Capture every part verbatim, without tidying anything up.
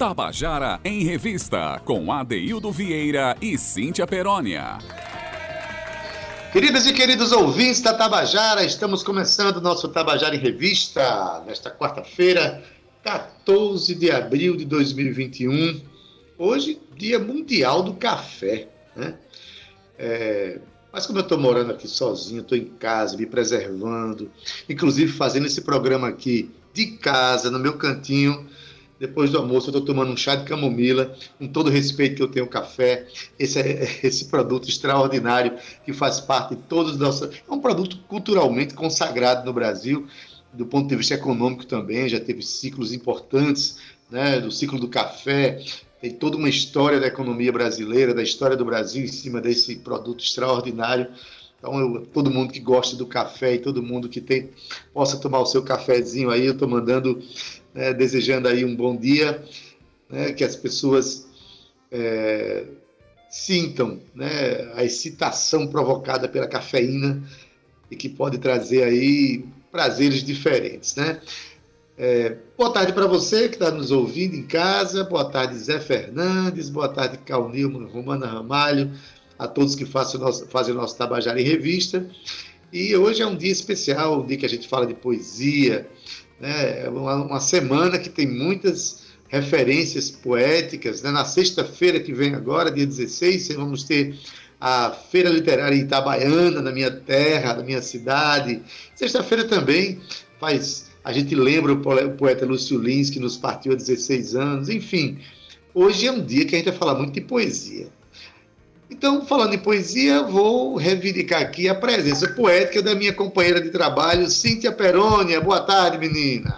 Tabajara em Revista, com Adeildo Vieira e Cíntia Perônia. Queridas e queridos ouvintes da Tabajara, estamos começando o nosso Tabajara em Revista, nesta quarta-feira, quatorze de abril de dois mil e vinte e um. Hoje, Dia Mundial do Café, né? É, mas como eu estou morando aqui sozinho, estou em casa, me preservando, inclusive fazendo esse programa aqui de casa, no meu cantinho, depois do almoço eu estou tomando um chá de camomila, com todo o respeito que eu tenho ao café, esse, esse produto extraordinário que faz parte de todos os nossos... É um produto culturalmente consagrado no Brasil, do ponto de vista econômico também, já teve ciclos importantes, né, do ciclo do café, tem toda uma história da economia brasileira, da história do Brasil em cima desse produto extraordinário. Então, eu, todo mundo que gosta do café e todo mundo que tem, possa tomar o seu cafezinho aí, eu estou mandando... Né, desejando aí um bom dia, né, que as pessoas é, sintam, né, a excitação provocada pela cafeína e que pode trazer aí prazeres diferentes, né? É, boa tarde para você que está nos ouvindo em casa, boa tarde Zé Fernandes, boa tarde Carl Nilman, Romana Ramalho, a todos que fazem o nosso, fazem o nosso Tabajara em Revista. E hoje é um dia especial, um dia que a gente fala de poesia, é uma, uma semana que tem muitas referências poéticas, né? Na sexta-feira que vem agora, dia dezesseis, vamos ter a Feira Literária Itabaiana, na minha terra, na minha cidade. Sexta-feira também faz, a gente lembra o poeta Lúcio Lins, que nos partiu há dezesseis anos. Enfim, hoje é um dia que a gente vai falar muito de poesia. Então, falando em poesia, vou reivindicar aqui a presença poética da minha companheira de trabalho, Cíntia Perônia. Boa tarde, menina.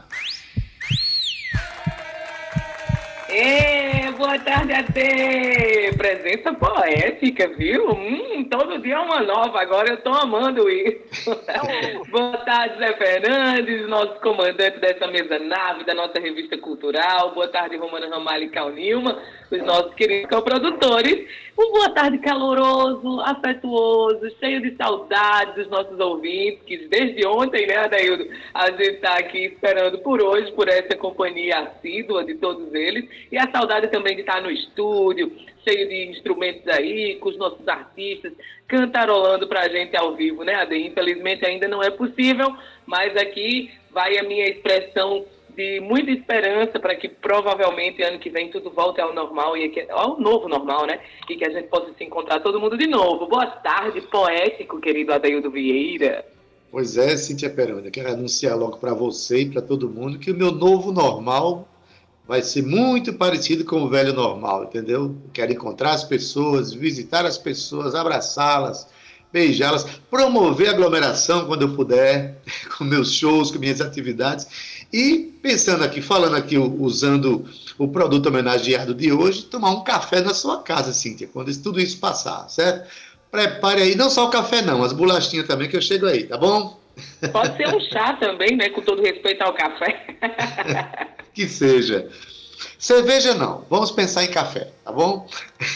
É, boa tarde, Ade. Presença poética, viu? Hum, todo dia é uma nova, agora eu tô amando isso. Boa tarde, Zé Fernandes, nosso comandante dessa mesa nave, da nossa revista cultural. Boa tarde, Romana Ramalho e Carl Nilman, os nossos queridos co-produtores. Um boa tarde caloroso, afetuoso, cheio de saudade dos nossos ouvintes, que desde ontem, né, Adaildo, a gente está aqui esperando por hoje, por essa companhia assídua de todos eles, e a saudade também de estar no estúdio, cheio de instrumentos aí, com os nossos artistas, cantarolando pra gente ao vivo, né, Ade? Infelizmente ainda não é possível, mas aqui vai a minha expressão de muita esperança para que provavelmente ano que vem tudo volte ao normal, e que, ao novo normal, né? E que a gente possa se encontrar todo mundo de novo. Boa tarde, poético, querido Adeildo Vieira. Pois é, Cíntia Perônia, quero anunciar logo para você e para todo mundo que o meu novo normal vai ser muito parecido com o velho normal, entendeu? Eu quero encontrar as pessoas, visitar as pessoas, abraçá-las, beijá-las, promover a aglomeração quando eu puder, com meus shows, com minhas atividades. E pensando aqui, falando aqui, usando o produto homenageado de hoje, tomar um café na sua casa, Cíntia, quando tudo isso passar, certo? Prepare aí, não só o café não, as bolachinhas também que eu chego aí, tá bom? Pode ser um chá também, né, com todo respeito ao café. Que seja. Cerveja não, vamos pensar em café, tá bom?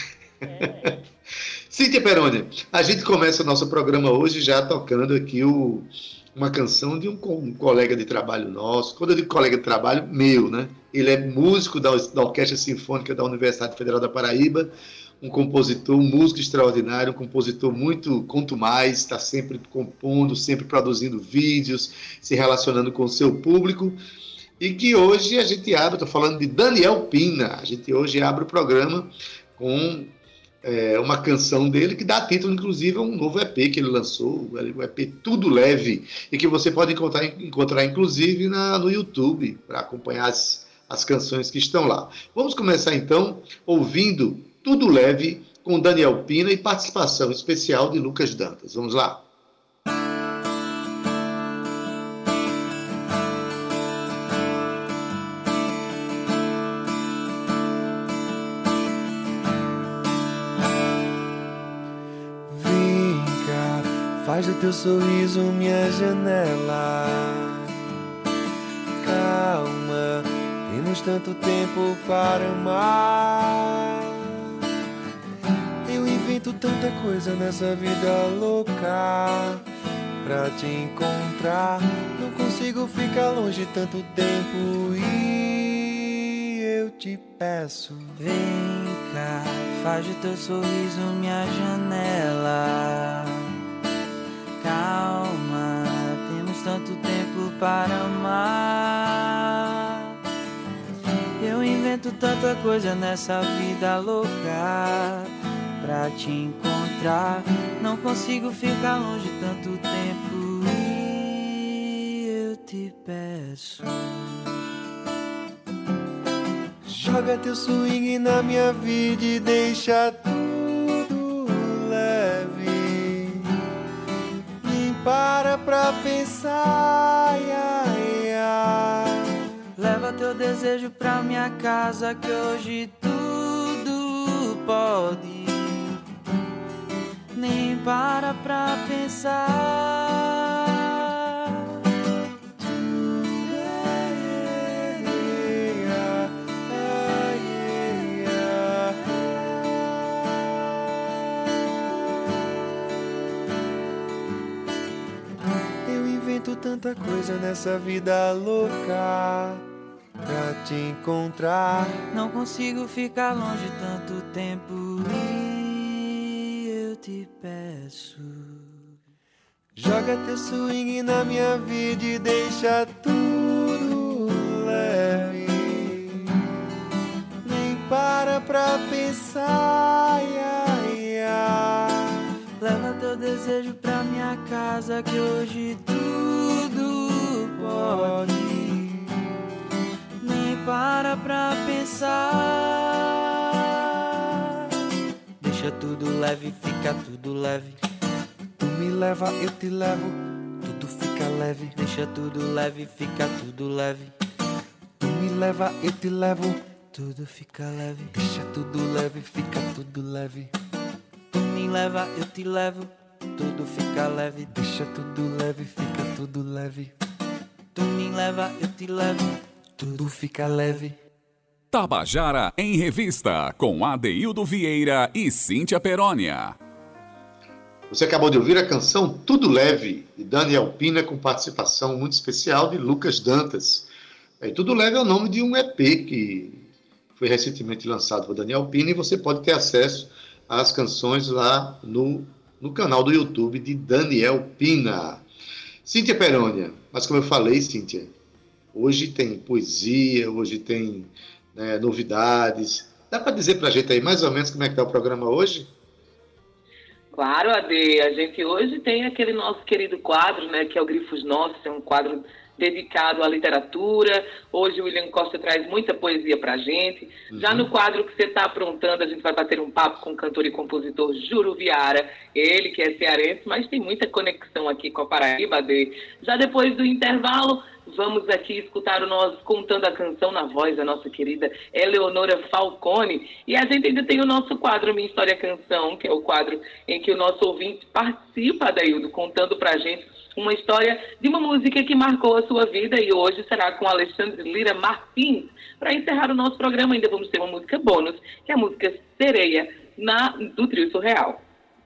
É. Cíntia Perônia, a gente começa o nosso programa hoje já tocando aqui o... uma canção de um, um colega de trabalho nosso. Quando eu digo colega de trabalho, meu, né? Ele é músico da, da Orquestra Sinfônica da Universidade Federal da Paraíba, um compositor, um músico extraordinário, um compositor muito contumaz, está sempre compondo, sempre produzindo vídeos, se relacionando com o seu público, e que hoje a gente abre, estou falando de Daniel Pina, a gente hoje abre o programa com... É uma canção dele que dá título, inclusive, a um novo E P que ele lançou, o E P Tudo Leve, e que você pode encontrar, encontrar inclusive, na, no YouTube, para acompanhar as, as canções que estão lá. Vamos começar, então, ouvindo Tudo Leve, com Daniel Pina e participação especial de Lucas Dantas. Vamos lá? Faz do teu sorriso minha janela. Calma, temos tanto tempo para amar. Eu invento tanta coisa nessa vida louca pra te encontrar. Não consigo ficar longe tanto tempo e eu te peço. Vem cá, faz o teu sorriso minha janela. Calma, temos tanto tempo para amar. Eu invento tanta coisa nessa vida louca pra te encontrar. Não consigo ficar longe tanto tempo e eu te peço. Joga teu swing na minha vida e deixa tudo leve. Nem para pra pensar, ai, ai. Leva teu desejo pra minha casa que hoje tudo pode. Nem para pra pensar. Eu invento tanta coisa nessa vida louca pra te encontrar. Não consigo ficar longe tanto tempo e eu te peço. Joga teu swing na minha vida e deixa tudo leve. Nem para pra pensar, ai, ai. Leva teu desejo pra minha casa que hoje tudo pode. Nem para pra pensar. Deixa tudo leve, fica tudo leve. Tu me leva, eu te levo, tudo fica leve. Deixa tudo leve, fica tudo leve. Tu me leva, eu te levo, Tudo fica leve. deixa tudo leve, fica tudo leve. Tu me leva, eu te levo. Tudo fica leve. Deixa tudo leve, fica tudo leve. Tu me leva, eu te levo. Tudo fica leve. Tabajara em Revista, com Adeildo Vieira e Cíntia Perônia. Você acabou de ouvir a canção Tudo Leve, de Daniel Pina, com participação muito especial de Lucas Dantas. E Tudo Leve é o nome de um E P que foi recentemente lançado por Daniel Pina e você pode ter acesso às canções lá no, no canal do YouTube de Daniel Pina. Cíntia Perônia, mas como eu falei, Cíntia, hoje tem poesia, hoje tem né, novidades. Dá para dizer para a gente aí mais ou menos como é que está o programa hoje? Claro, Ade, a gente hoje tem aquele nosso querido quadro, né, que é o Grifos Nossos, é um quadro dedicado à literatura. Hoje o William Costa traz muita poesia pra gente. Uhum. Já no quadro que você está aprontando, a gente vai bater um papo com o cantor e compositor Júlio Viara, ele que é cearense, mas tem muita conexão aqui com a Paraíba, Ade. Já depois do intervalo, vamos aqui escutar o nosso Contando a Canção na voz da nossa querida Eleonora Falcone. E a gente ainda tem o nosso quadro Minha História Canção, que é o quadro em que o nosso ouvinte participa, Adaildo, contando pra gente uma história de uma música que marcou a sua vida, e hoje será com Alexandre Lira Martins. Para encerrar o nosso programa, ainda vamos ter uma música bônus, que é a música Sereia, na, do Trio Surreal.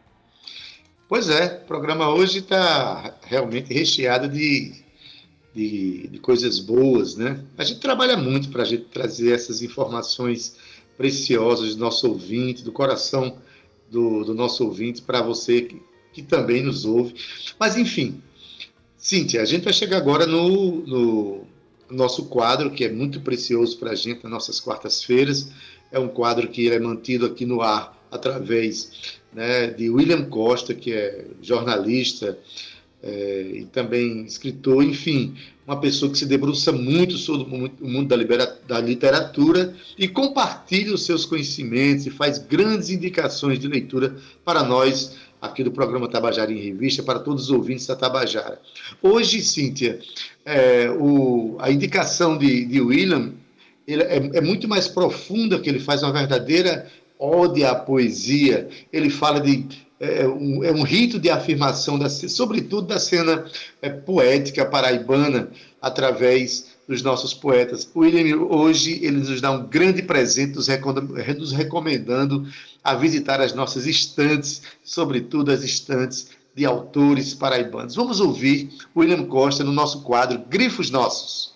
Pois é, o programa hoje está realmente recheado de, de, de coisas boas, né? A gente trabalha muito para a gente trazer essas informações preciosas do nosso ouvinte, do coração do, do nosso ouvinte, para você que, que também nos ouve. Mas, enfim, Cíntia, a gente vai chegar agora no, no nosso quadro, que é muito precioso para a gente nas nossas quartas-feiras. É um quadro que é mantido aqui no ar através, né, de William Costa, que é jornalista é, e também escritor, enfim, uma pessoa que se debruça muito sobre o mundo da, libera- da literatura e compartilha os seus conhecimentos e faz grandes indicações de leitura para nós aqui do programa Tabajara em Revista, para todos os ouvintes da Tabajara. Hoje, Cíntia, é, o, a indicação de, de William ele é, é muito mais profunda, que ele faz uma verdadeira ode à poesia. Ele fala de é, um, é um rito de afirmação, da, sobretudo da cena é, poética paraibana, através dos nossos poetas. O William, hoje, ele nos dá um grande presente, nos, nos recomendando a visitar as nossas estantes, sobretudo as estantes de autores paraibanos. Vamos ouvir William Costa no nosso quadro Grifos Nossos.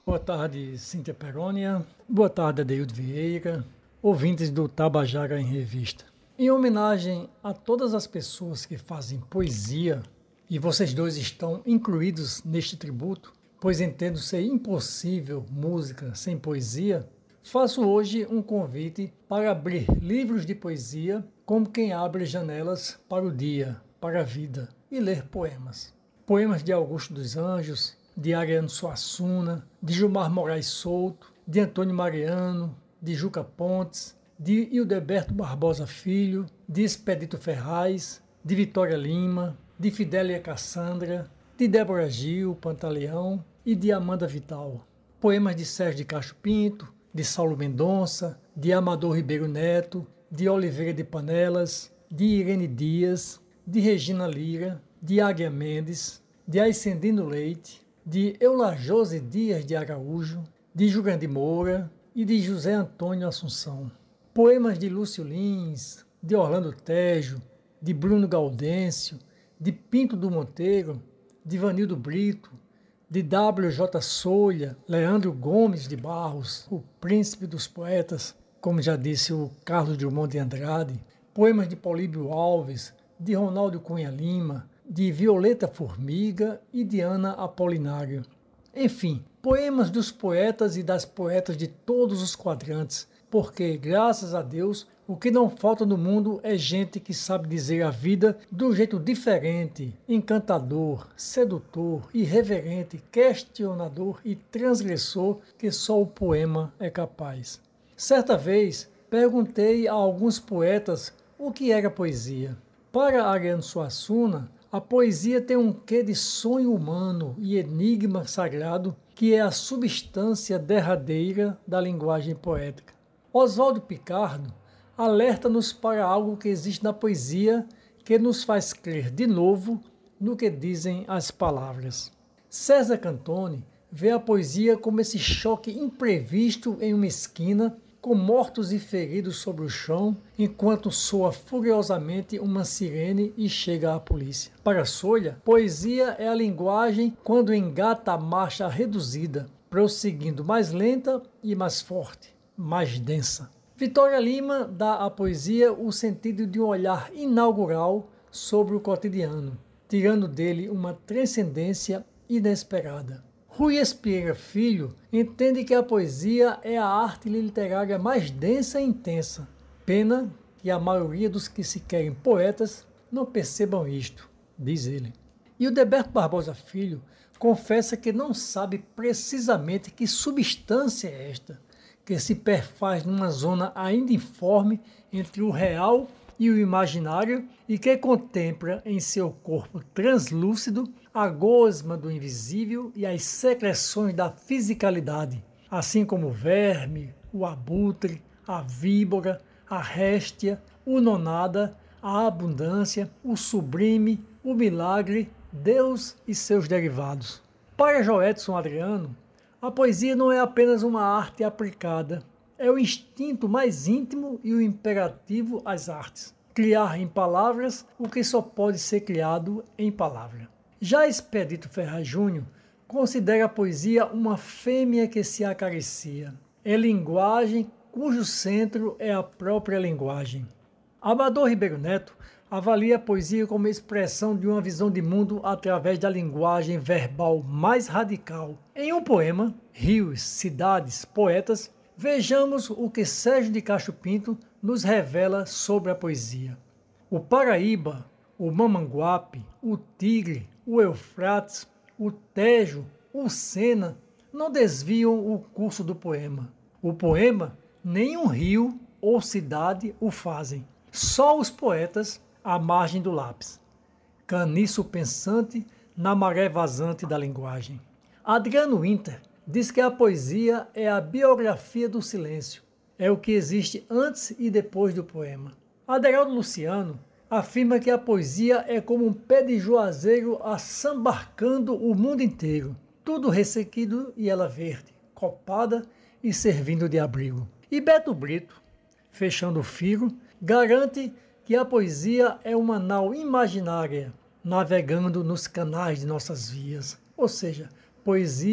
Boa tarde, Cíntia Perônia. Boa tarde, Adeildo Vieira, ouvintes do Tabajara em Revista. Em homenagem a todas as pessoas que fazem poesia, e vocês dois estão incluídos neste tributo, pois entendo ser impossível música sem poesia, faço hoje um convite para abrir livros de poesia como quem abre janelas para o dia, para a vida, e ler poemas. Poemas de Augusto dos Anjos, de Ariano Suassuna, de Gilmar Moraes Souto, de Antônio Mariano, de Juca Pontes, de Hildeberto Barbosa Filho, de Expedito Ferraz, de Vitória Lima, de Fidélia Cassandra, de Débora Gil, Pantaleão e de Amanda Vital. Poemas de Sérgio de Castro Pinto, de Saulo Mendonça, de Amador Ribeiro Neto, de Oliveira de Panelas, de Irene Dias, de Regina Lira, de Águia Mendes, de Aicendino Leite, de Eulajose Dias de Araújo, de Jurandir Moura e de José Antônio Assunção. Poemas de Lúcio Lins, de Orlando Tejo, de Bruno Gaudêncio, de Pinto do Monteiro, de Vanildo Brito, de W J Solha, Leandro Gomes de Barros, o príncipe dos poetas, como já disse o Carlos Drummond de Andrade, poemas de Políbio Alves, de Ronaldo Cunha Lima, de Violeta Formiga e de Ana Apolinário. Enfim, poemas dos poetas e das poetas de todos os quadrantes, porque, graças a Deus, o que não falta no mundo é gente que sabe dizer a vida do jeito diferente, encantador, sedutor, irreverente, questionador e transgressor que só o poema é capaz. Certa vez, perguntei a alguns poetas o que era poesia. Para Ariano Suassuna, a poesia tem um quê de sonho humano e enigma sagrado que é a substância derradeira da linguagem poética. Oswaldo Picardo alerta-nos para algo que existe na poesia que nos faz crer de novo no que dizem as palavras. César Cantone vê a poesia como esse choque imprevisto em uma esquina, com mortos e feridos sobre o chão, enquanto soa furiosamente uma sirene e chega a polícia. Para Solha, poesia é a linguagem quando engata a marcha reduzida, prosseguindo mais lenta e mais forte, mais densa. Vitória Lima dá à poesia o sentido de um olhar inaugural sobre o cotidiano, tirando dele uma transcendência inesperada. Rui Espieira Filho entende que a poesia é a arte literária mais densa e intensa. Pena que a maioria dos que se querem poetas não percebam isto, diz ele. E o Hildeberto Barbosa Filho confessa que não sabe precisamente que substância é esta, que se perfaz numa zona ainda informe entre o real e o imaginário e que contempla em seu corpo translúcido a gosma do invisível e as secreções da fisicalidade, assim como o verme, o abutre, a víbora, a réstia, o nonada, a abundância, o sublime, o milagre, Deus e seus derivados. Para Joedson Adriano, a poesia não é apenas uma arte aplicada, é o instinto mais íntimo e o imperativo às artes. Criar em palavras o que só pode ser criado em palavra. Já Expedito Ferraz Júnior considera a poesia uma fêmea que se acaricia. É linguagem cujo centro é a própria linguagem. Amador Ribeiro Neto avalia a poesia como expressão de uma visão de mundo através da linguagem verbal mais radical. Em um poema, Rios, Cidades, Poetas, vejamos o que Sérgio de Castro Pinto nos revela sobre a poesia. O Paraíba, o Mamanguape, o Tigre, o Eufrates, o Tejo, o Sena não desviam o curso do poema. O poema, nem um rio ou cidade o fazem. Só os poetas à margem do lápis. Caniço pensante na maré vazante da linguagem. Adriano Winter diz que a poesia é a biografia do silêncio. É o que existe antes e depois do poema. Aderaldo Luciano afirma que a poesia é como um pé de juazeiro assambarcando o mundo inteiro. Tudo ressequido e ela verde, copada e servindo de abrigo. E Beto Brito, fechando o firo, garante que a poesia é uma nau imaginária navegando nos canais de nossas vias. Ou seja, poesia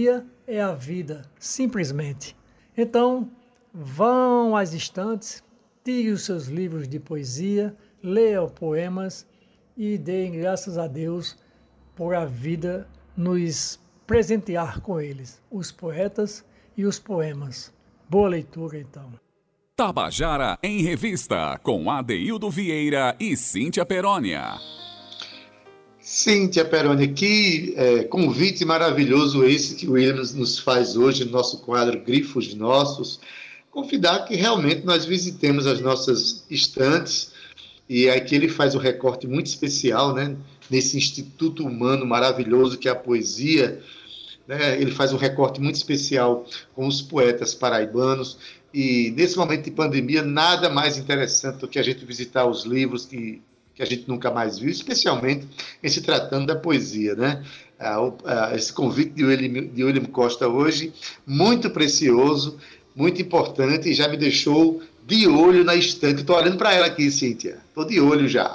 é a vida, simplesmente. Então, vão às estantes, tire os seus livros de poesia, leiam poemas e deem graças a Deus por a vida nos presentear com eles, os poetas e os poemas. Boa leitura, então. Tabajara em Revista, com Adeildo Vieira e Cíntia Perônia. Cíntia Perônia, que é, convite maravilhoso esse que o Williams nos faz hoje no nosso quadro Grifos Nossos. Convidar que realmente nós visitemos as nossas estantes, e aqui ele faz um recorte muito especial, né, nesse instituto humano maravilhoso que é a poesia, né, ele faz um recorte muito especial com os poetas paraibanos, e nesse momento de pandemia, nada mais interessante do que a gente visitar os livros que, que a gente nunca mais viu, especialmente em se tratando da poesia, né? Ah, ah, esse convite de William, de William Costa hoje, muito precioso, muito importante, e já me deixou de olho na estante. Estou olhando para ela aqui, Cíntia. Estou de olho já.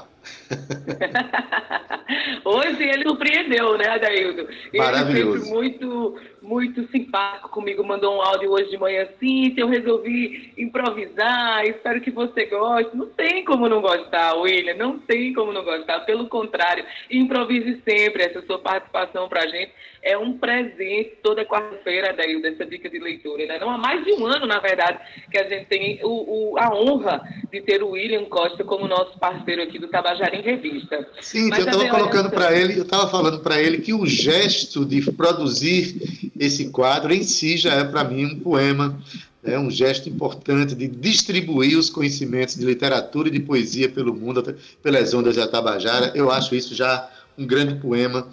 Hoje ele surpreendeu, né, Adeildo? Maravilhoso. Ele sempre muito, muito simpático comigo, mandou um áudio hoje de manhã assim, eu resolvi improvisar, espero que você goste. Não tem como não gostar, William, não tem como não gostar, pelo contrário, improvise sempre. Essa sua participação pra gente é um presente toda quarta-feira, Adeildo, essa dica de leitura, né? Não há mais de um ano, na verdade, que a gente tem o, o, a honra de ter o William Costa como nosso parceiro aqui do Tabajara em Revista. Sim, eu estava colocando para ele, eu estava falando para ele que o gesto de produzir esse quadro em si já é para mim um poema, é um gesto importante de distribuir os conhecimentos de literatura e de poesia pelo mundo, pelas ondas da Tabajara. Eu acho isso já um grande poema,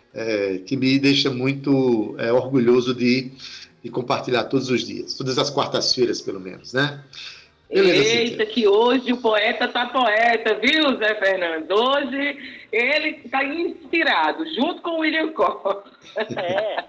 é, que me deixa muito é, orgulhoso de, de compartilhar todos os dias, todas as quartas-feiras, pelo menos, né? Beleza, Eita, Cíntia. Que hoje o poeta tá poeta, viu, Zé Fernandes? Hoje ele está inspirado, junto com o William Costa. É,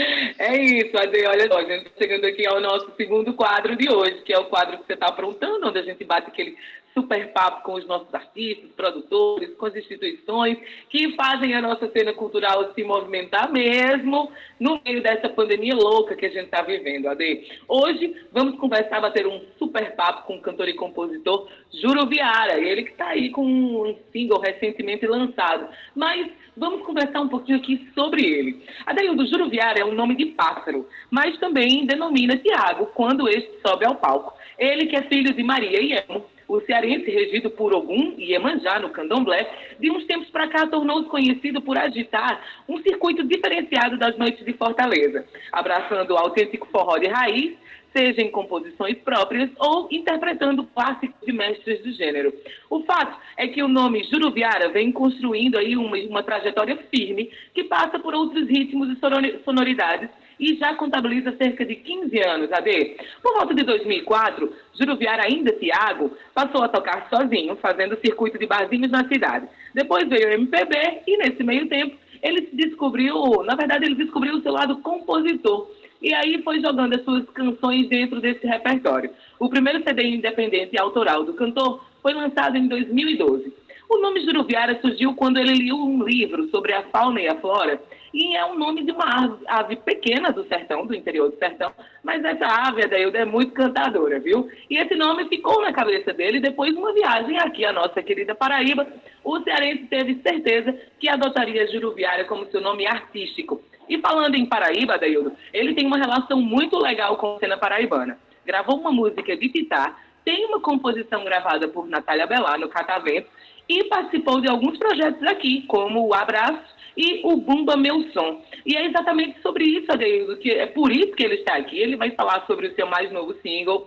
é isso, Ade. Olha só, a gente está chegando aqui ao nosso segundo quadro de hoje, que é o quadro que você está aprontando, onde a gente bate aquele super papo com os nossos artistas, produtores, com as instituições que fazem a nossa cena cultural se movimentar mesmo no meio dessa pandemia louca que a gente está vivendo, Ade. Hoje vamos conversar, bater um super papo com o cantor e compositor Juruviara, ele que está aí com um single recentemente lançado. Mas vamos conversar um pouquinho aqui sobre ele. Adeildo, Juruviara é um nome de pássaro, mas também denomina Tiago quando este sobe ao palco. Ele que é filho de Maria e Emo, o cearense regido por Ogum e Iemanjá no candomblé, de uns tempos para cá tornou-se conhecido por agitar um circuito diferenciado das noites de Fortaleza, abraçando o autêntico forró de raiz, seja em composições próprias ou interpretando clássicos de mestres do gênero. O fato é que o nome Juruviara vem construindo aí uma, uma trajetória firme que passa por outros ritmos e sonoridades e já contabiliza cerca de quinze anos, Ade. Por volta de dois mil e quatro, Juruviara, ainda Tiago, passou a tocar sozinho, fazendo circuito de barzinhos na cidade. Depois veio o M P B e, nesse meio tempo, ele se descobriu, na verdade, ele descobriu o seu lado compositor. E aí foi jogando as suas canções dentro desse repertório. O primeiro C D independente e autoral do cantor foi lançado em dois mil e doze. O nome Juruviara surgiu quando ele leu um livro sobre a fauna e a flora, e é um nome de uma ave pequena do sertão, do interior do sertão, mas essa ave, Adeildo, é muito cantadora, viu? E esse nome ficou na cabeça dele depois de uma viagem aqui à nossa querida Paraíba. O cearense teve certeza que adotaria Juruviara como seu nome artístico. E falando em Paraíba, Adeildo, ele tem uma relação muito legal com a cena paraibana. Gravou uma música de Titá, tem uma composição gravada por Natália Bellar no Catavento e participou de alguns projetos aqui, como o Abraço e o Bumba Meu Som. E é exatamente sobre isso, Adeildo, que é por isso que ele está aqui. Ele vai falar sobre o seu mais novo single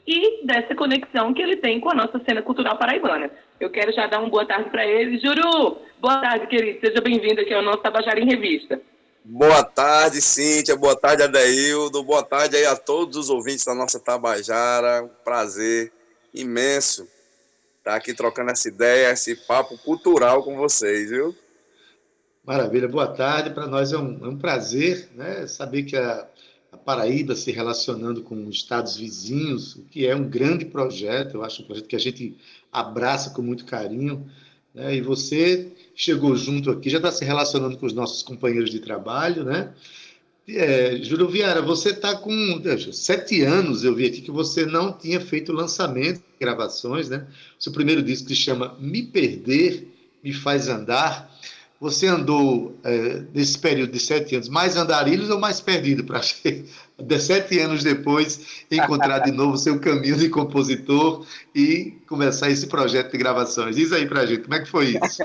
e dessa conexão que ele tem com a nossa cena cultural paraibana. Eu quero já dar uma boa tarde para ele. Juru, boa tarde, querido. Seja bem-vindo aqui ao nosso Tabajara em Revista. Boa tarde, Cíntia. Boa tarde, Adeildo. Boa tarde aí a todos os ouvintes da nossa Tabajara. Um prazer imenso estar aqui trocando essa ideia, esse papo cultural com vocês, viu? Maravilha. Boa tarde. Para nós é um, é um prazer, né, saber que a, a Paraíba se relacionando com estados vizinhos, o que é um grande projeto. Eu acho um projeto que a gente abraça com muito carinho. Né? E você chegou junto aqui, já está se relacionando com os nossos companheiros de trabalho, né? É, Júlio Vieira, você está com deixa, sete anos, eu vi aqui que você não tinha feito lançamento de gravações, né? O seu primeiro disco se chama Me Perder, Me Faz Andar. Você andou, é, nesse período de sete anos, mais andarilhos ou mais perdido, para de sete anos depois encontrar de novo o seu caminho de compositor e começar esse projeto de gravações? Diz aí pra gente, como é que foi isso?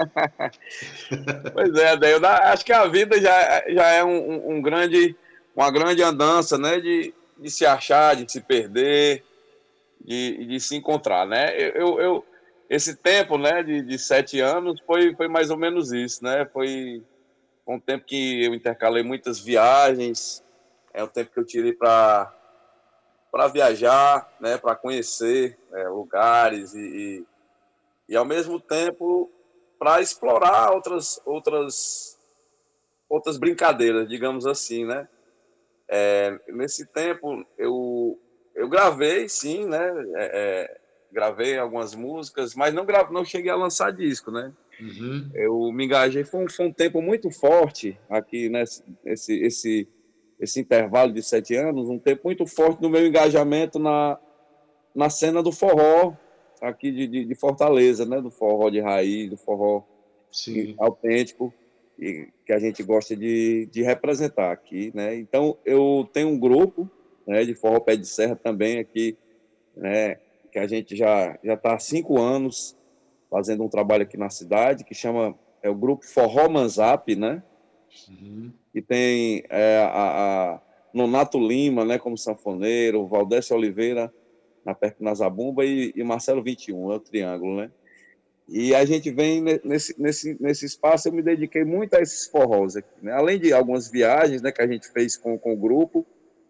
Pois é, daí eu acho que a vida já, já é um, um, um grande, uma grande andança, né? De, de se achar, de se perder, de, de se encontrar, né? Eu, eu, esse tempo, né, de, de sete anos foi, foi mais ou menos isso, né? Foi um tempo que eu intercalei muitas viagens, é o tempo que eu tirei para para viajar, né, para conhecer é, lugares e, e, e, ao mesmo tempo, para explorar outras, outras, outras brincadeiras, digamos assim, né? É, nesse tempo, eu, eu gravei, sim, né? É, é, gravei algumas músicas, mas não, grave, não cheguei a lançar disco, né? Uhum. Eu me engajei, foi um, foi um tempo muito forte aqui, né? Esse, esse, esse intervalo de sete anos, um tempo muito forte no meu engajamento na, na cena do forró aqui de, de, de Fortaleza, né? Do forró de raiz, do forró Sim. autêntico, e que a gente gosta de, de representar aqui, né? Então, eu tenho um grupo, né, de forró pé de serra também aqui, né? Que a gente já já está há cinco anos fazendo um trabalho aqui na cidade, que chama, é o grupo Forró Manzap, né? Uhum. Que tem é, a, a Nonato Lima, né, como sanfoneiro, Valdécio Oliveira na perto na Zabumba e, e Marcelo vinte e um, é o triângulo, né? E a gente vem nesse, nesse, nesse espaço, eu me dediquei muito a esses forrós aqui, né? Além de algumas viagens, né, que a gente fez com, com o grupo,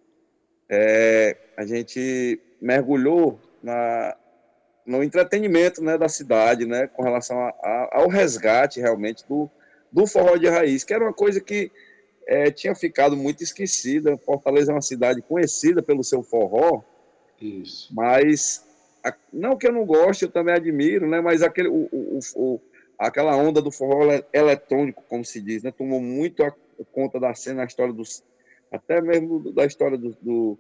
é, a gente mergulhou na, no entretenimento, né, da cidade, né, com relação a, a, ao resgate realmente do, do forró de raiz, que era uma coisa que é, tinha ficado muito esquecida. Fortaleza é uma cidade conhecida pelo seu forró, Isso. mas a, não que eu não goste, eu também admiro, né, mas aquele, o, o, o, aquela onda do forró eletrônico, como se diz, né, tomou muito a conta da cena, a história dos, até mesmo da história do, do,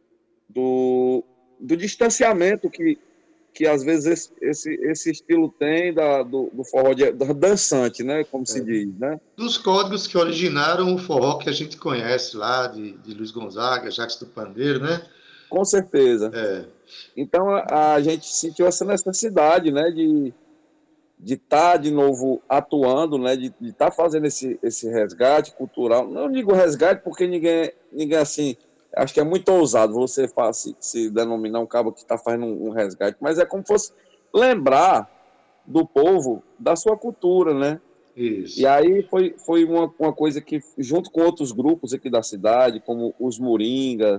do, do distanciamento que que às vezes esse, esse, esse estilo tem da, do, do forró de, do dançante, né, como é. se diz, né? Dos códigos que originaram o forró que a gente conhece lá, de, de Luiz Gonzaga, Jacques do Pandeiro, né? Com certeza. É. Então a, a gente sentiu essa necessidade, né, de de estar tá de novo atuando, né, de estar tá fazendo esse, esse resgate cultural. Não digo resgate porque ninguém, ninguém assim... Acho que é muito ousado você se, se denominar um cabo que está fazendo um, um resgate, mas é como se fosse lembrar do povo da sua cultura, né? Isso. E aí foi, foi uma, uma coisa que, junto com outros grupos aqui da cidade, como os Moringa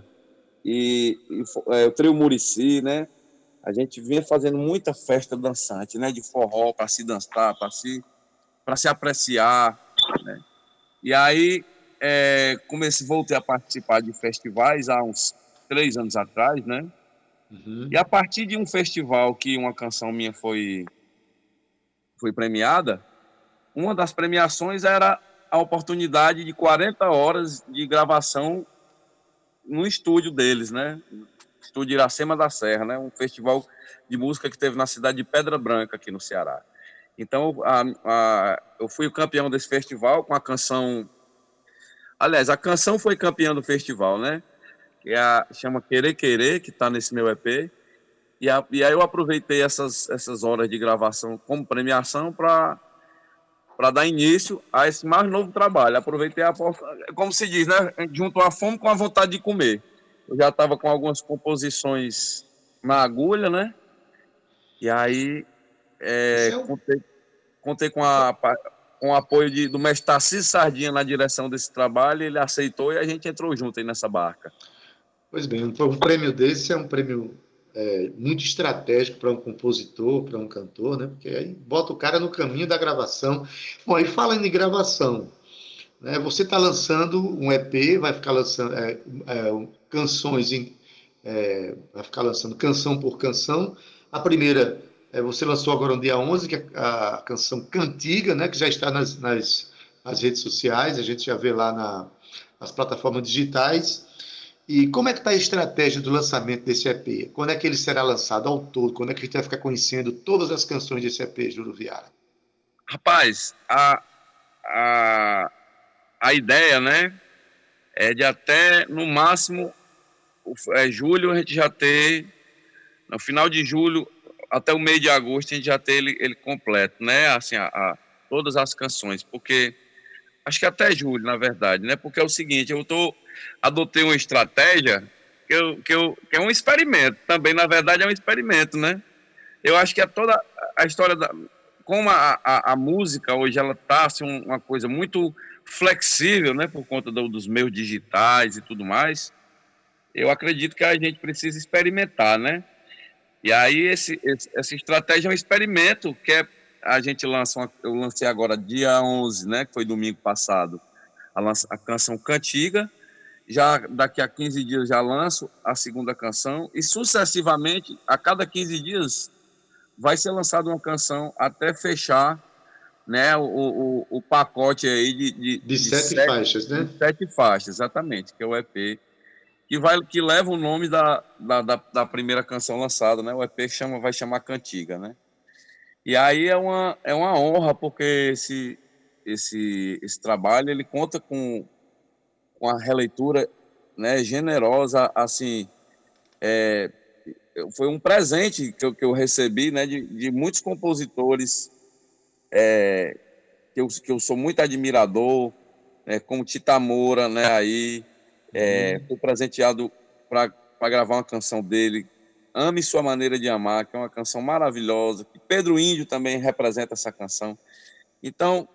e, e é, o Trio Murici, né? A gente vinha fazendo muita festa dançante, né? De forró para se dançar, para se, para se apreciar, né? E aí... É, comecei, voltei a participar de festivais há uns três anos atrás, né? Uhum. E a partir de um festival que uma canção minha foi, foi premiada, uma das premiações era a oportunidade de quarenta horas de gravação no estúdio deles, né? Estúdio Iracema da Serra, né? Um festival de música que teve na cidade de Pedra Branca, aqui no Ceará. Então, a, a, eu fui o campeão desse festival com a canção... Aliás, a canção foi campeã do festival, né? Que é a, chama Querer Querer, que está nesse meu E P. E, a, e aí eu aproveitei essas, essas horas de gravação como premiação para para dar início a esse mais novo trabalho. Aproveitei a... Como se diz, né? Junto a fome com a vontade de comer. Eu já estava com algumas composições na agulha, né? E aí é, é um... contei, contei com a... com o apoio de, do mestre Tarcísio Sardinha na direção desse trabalho, ele aceitou e a gente entrou junto aí nessa barca. Pois bem, um prêmio desse é um prêmio é, muito estratégico para um compositor, para um cantor, né? Porque aí bota o cara no caminho da gravação. Bom, e falando em gravação, né? Você está lançando um E P, vai ficar lançando é, é, canções, em, é, vai ficar lançando canção por canção. A primeira... Você lançou agora no dia onze, que é a canção Cantiga, né, que já está nas, nas, nas redes sociais, a gente já vê lá na, as plataformas digitais. E como é que está a estratégia do lançamento desse E P? Quando é que ele será lançado ao todo? Quando é que a gente vai ficar conhecendo todas as canções desse E P, Júlio Viara? Rapaz, a, a, a ideia, né, é de até, no máximo, é, julho a gente já ter, no final de julho, até o mês de agosto, a gente já ter ele, ele completo, né, assim, a, a, todas as canções, porque, acho que até julho, na verdade, né, porque é o seguinte, eu tô, adotei uma estratégia que, eu, que, eu, que é um experimento, também, na verdade, é um experimento, né, eu acho que é toda a história da... Como a, a, a música hoje ela está assim, uma coisa muito flexível, né, por conta do, dos meios digitais e tudo mais, eu acredito que a gente precisa experimentar, né? E aí esse, esse, essa estratégia é um experimento que é, a gente lança, uma, eu lancei agora dia onze, né, que foi domingo passado, a, lança, a canção Cantiga, já daqui a quinze dias já lanço a segunda canção e sucessivamente, a cada quinze dias, vai ser lançada uma canção até fechar, né, o, o, o pacote aí de, de, de, de sete, sete faixas, né? De sete faixas, exatamente, que é o E P, que, vai, que leva o nome da, da, da, da primeira canção lançada, né? O E P chama, vai chamar Cantiga, né? E aí é uma, é uma honra, porque esse, esse, esse trabalho, ele conta com, com a releitura, né, generosa, assim, é, foi um presente que eu, que eu recebi, né, de, de muitos compositores é, que, eu, que eu sou muito admirador, né, como Tita Moura, né, aí é, fui presenteado para gravar uma canção dele, Ame Sua Maneira de Amar, que é uma canção maravilhosa, que Pedro Índio também representa essa canção. Então,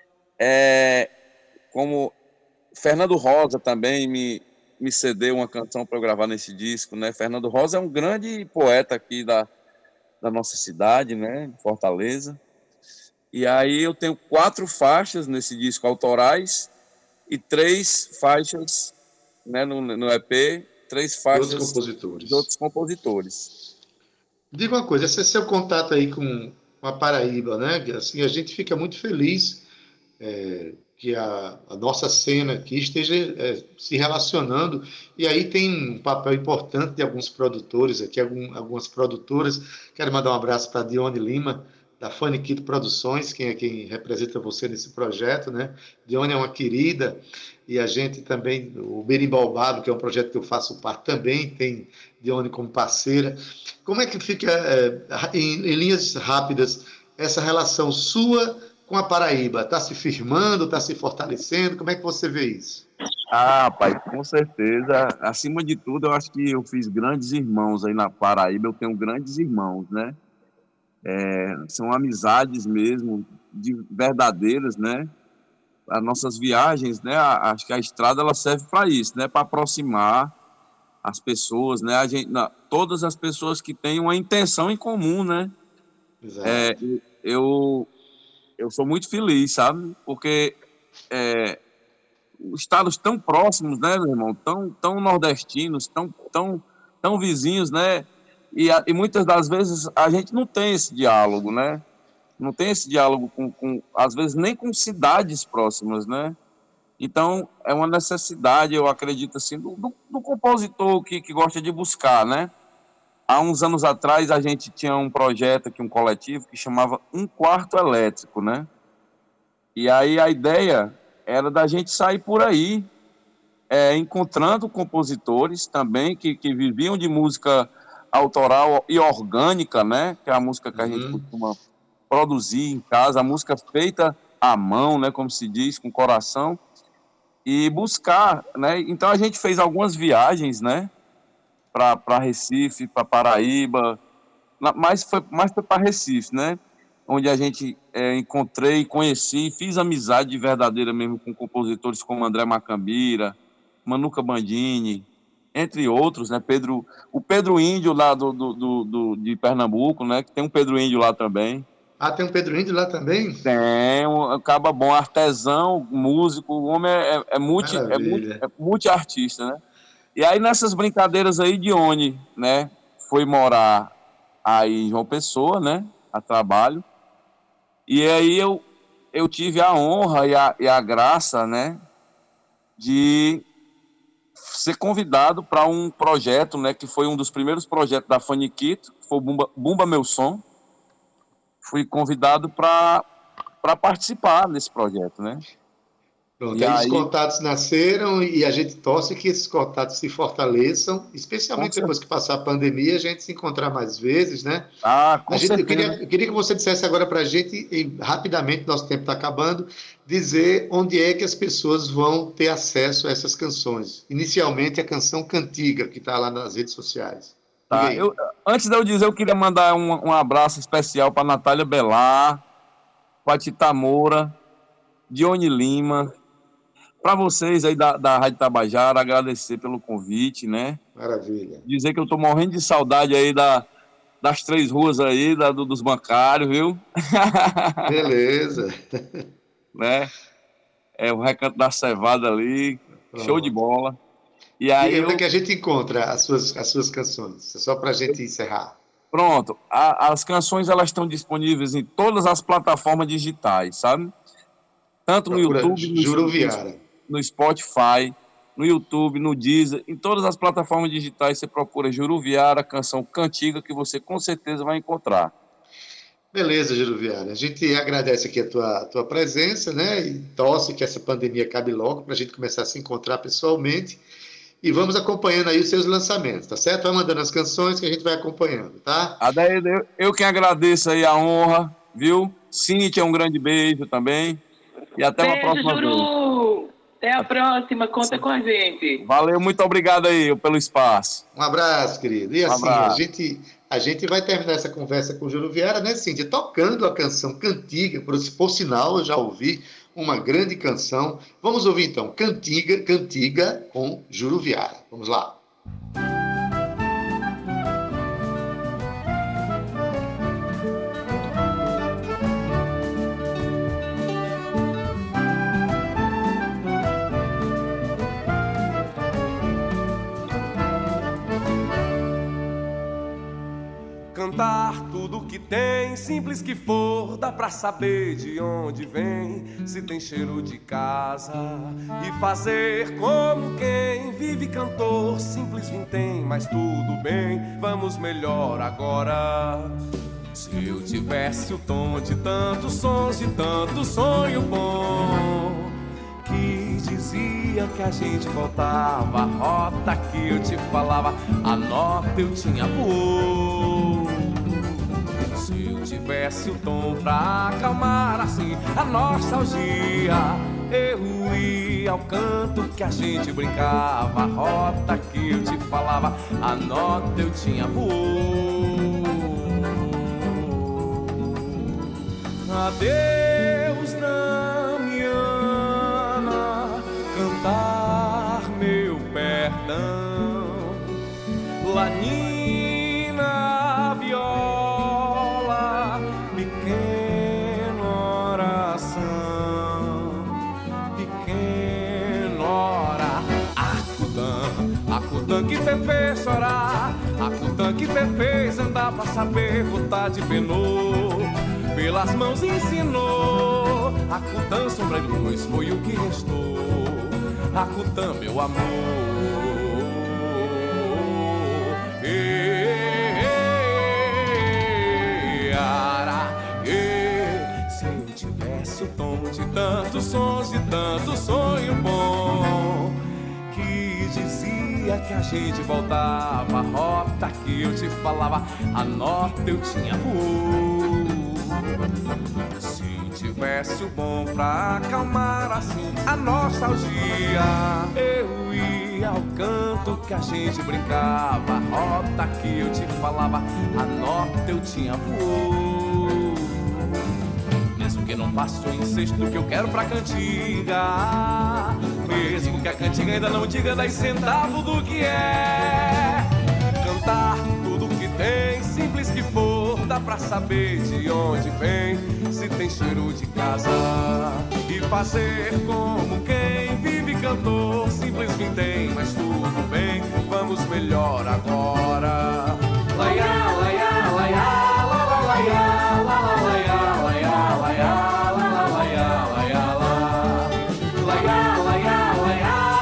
é, como Fernando Rosa também me me cedeu uma canção para eu gravar nesse disco, né? Fernando Rosa é um grande poeta aqui da, da nossa cidade, né? Fortaleza. E aí eu tenho quatro faixas nesse disco autorais e três faixas, né, no, no E P, três faixas de outros compositores. De outros compositores. Diga uma coisa, esse é seu contato aí com a Paraíba, né? Assim, a gente fica muito feliz é, que a, a nossa cena aqui esteja é, se relacionando, e aí tem um papel importante de alguns produtores aqui, algum, algumas produtoras. Quero mandar um abraço para a Dione Lima, da Faniquito Produções, quem é quem representa você nesse projeto, né? Dione é uma querida, e a gente também, o Berimbaubado, que é um projeto que eu faço parte, também tem Dione como parceira. Como é que fica, é, em, em linhas rápidas, essa relação sua com a Paraíba? Está se firmando, está se fortalecendo? Como é que você vê isso? Ah, pai, com certeza. Acima de tudo, eu acho que eu fiz grandes irmãos aí na Paraíba. Eu tenho grandes irmãos, né? É, são amizades mesmo, de verdadeiras, né? As nossas viagens, né? Acho que a estrada ela serve para isso, né? Para aproximar as pessoas, né? A gente, não, todas as pessoas que têm uma intenção em comum, né? Exato. É, eu Eu sou muito feliz, sabe? Porque é, estados tão próximos, né, meu irmão? Tão, tão nordestinos, tão, tão, tão vizinhos, né? E, e muitas das vezes a gente não tem esse diálogo, né? Não tem esse diálogo, com, com, às vezes, nem com cidades próximas, né? Então, é uma necessidade, eu acredito, assim, do, do, do compositor que, que gosta de buscar, né? Há uns anos atrás, a gente tinha um projeto aqui, um coletivo, que chamava Um Quarto Elétrico, né? E aí a ideia era da gente sair por aí, é, encontrando compositores também que, que viviam de música autoral e orgânica, né? Que é a música que a uhum. gente costuma produzir em casa, a música feita à mão, né? Como se diz, com coração, e buscar, né? Então a gente fez algumas viagens, né? Para Recife, para Paraíba, mas foi, mais foi para Recife, né? Onde a gente é, encontrei, conheci, fiz amizade verdadeira mesmo com compositores como André Macambira, Manuca Bandini, entre outros, né? Pedro, o Pedro Índio lá do, do, do, do, de Pernambuco, né? Que tem um Pedro Índio lá também. Ah, tem um Pedro Índio lá também? Tem, um caba bom, artesão, músico, o homem é, é, multi, é, multi, é multi-artista, né? E aí, nessas brincadeiras aí, Dione, né, foi morar aí em João Pessoa, né, a trabalho. E aí eu, eu tive a honra e a, e a graça, né, de ser convidado para um projeto, né, que foi um dos primeiros projetos da Faniquito, que foi o Bumba, Bumba Meu Som. Fui convidado para participar desse projeto, né? Pronto, E aí os aí- contatos nasceram e a gente torce que esses contatos se fortaleçam, especialmente Com depois que passar a pandemia, a gente se encontrar mais vezes, né? Ah, com A gente, eu, certeza. queria, eu queria que você dissesse agora para a gente, e rapidamente, nosso tempo está acabando, dizer onde é que as pessoas vão ter acesso a essas canções. Inicialmente, a canção Cantiga, que está lá nas redes sociais. Diga Tá, aí. eu, antes de eu dizer, eu queria mandar um, um abraço especial para Natália Belar, para Tita Moura, Dione Lima, para vocês aí da, da Rádio Tabajara, agradecer pelo convite, né? Maravilha. Dizer que eu tô morrendo de saudade aí da, das três ruas aí, da, do- dos bancários, viu? Beleza. Né? É o Recanto da Cevada ali, Pronto. show de bola. E Diga aí aí, onde é eu, que a gente encontra as suas, as suas canções? É só para a gente encerrar. pronto, a- as canções elas estão disponíveis em todas as plataformas digitais, sabe? Tanto no Procura YouTube, no, Juruviara. no Spotify, no YouTube, no Deezer, em todas as plataformas digitais você procura Juruviara, canção Cantiga, que você com certeza vai encontrar. Beleza, Juruviara. A gente agradece aqui a tua, a tua presença, né? E torce que essa pandemia acabe logo para a gente começar a se encontrar pessoalmente. E vamos acompanhando aí os seus lançamentos, tá certo? Vai mandando as canções que a gente vai acompanhando, tá? Adair, eu, eu que agradeço aí a honra, viu? Cíntia, um grande beijo também. E até uma Beijo, próxima vez. Juru! Até a próxima, conta com a gente. Valeu, muito obrigado aí pelo espaço. Um abraço, querido. E Um assim, abraço. a gente, a gente vai terminar essa conversa com o Juruviara, né, Cíntia? Tocando a canção Cantiga, por, por sinal, eu já ouvi uma grande canção. Vamos ouvir então, Cantiga, Cantiga com Juruviara. Vamos lá. Cantar tudo que tem, simples que for, dá pra saber de onde vem, se tem cheiro de casa. E fazer como quem vive cantor, simples vintém, mas tudo bem, vamos melhor agora. Se eu tivesse o tom de tantos sons, de tanto sonho bom, que dizia que a gente voltava, a rota que eu te falava, a nota eu tinha voo. Se eu tivesse o tom pra acalmar assim a nostalgia, eu ia ao canto que a gente brincava, a rota que eu te falava, a nota eu tinha voo. Adeus, Damiana, cantar meu perdão. Lanina, viola, pequena oração, pequena hora. Acudã, acudã que te fez chorar, acudã que te fez andar pra saber votar de penou. Pelas mãos ensinou, Acudã, sombra e luz foi o que restou. Acudã, meu amor. E, e, ara, e, se eu tivesse o tom de tantos sons, de tanto sonho bom, que dizia que a gente voltava, a rota que eu te falava, a nota eu tinha voo. Se eu tivesse o bom pra acalmar assim a nostalgia, eu ia ao canto que a gente brincava, a rota que eu te falava, a nota eu tinha voo. Mesmo que não passe o incesto que eu quero pra cantiga, mesmo que a cantiga ainda não diga dez centavos do que é cantar tudo que tem, simples que for, dá pra saber de onde vem, se tem cheiro de casa. E fazer como quem vive cantor, simples vintém, mas tudo bem, vamos melhor agora. Laiá, laiá, laiá, la la laiá, la la laiá, laiá, laiá, la la laiá, laiá, la laiá, laiá, laiá.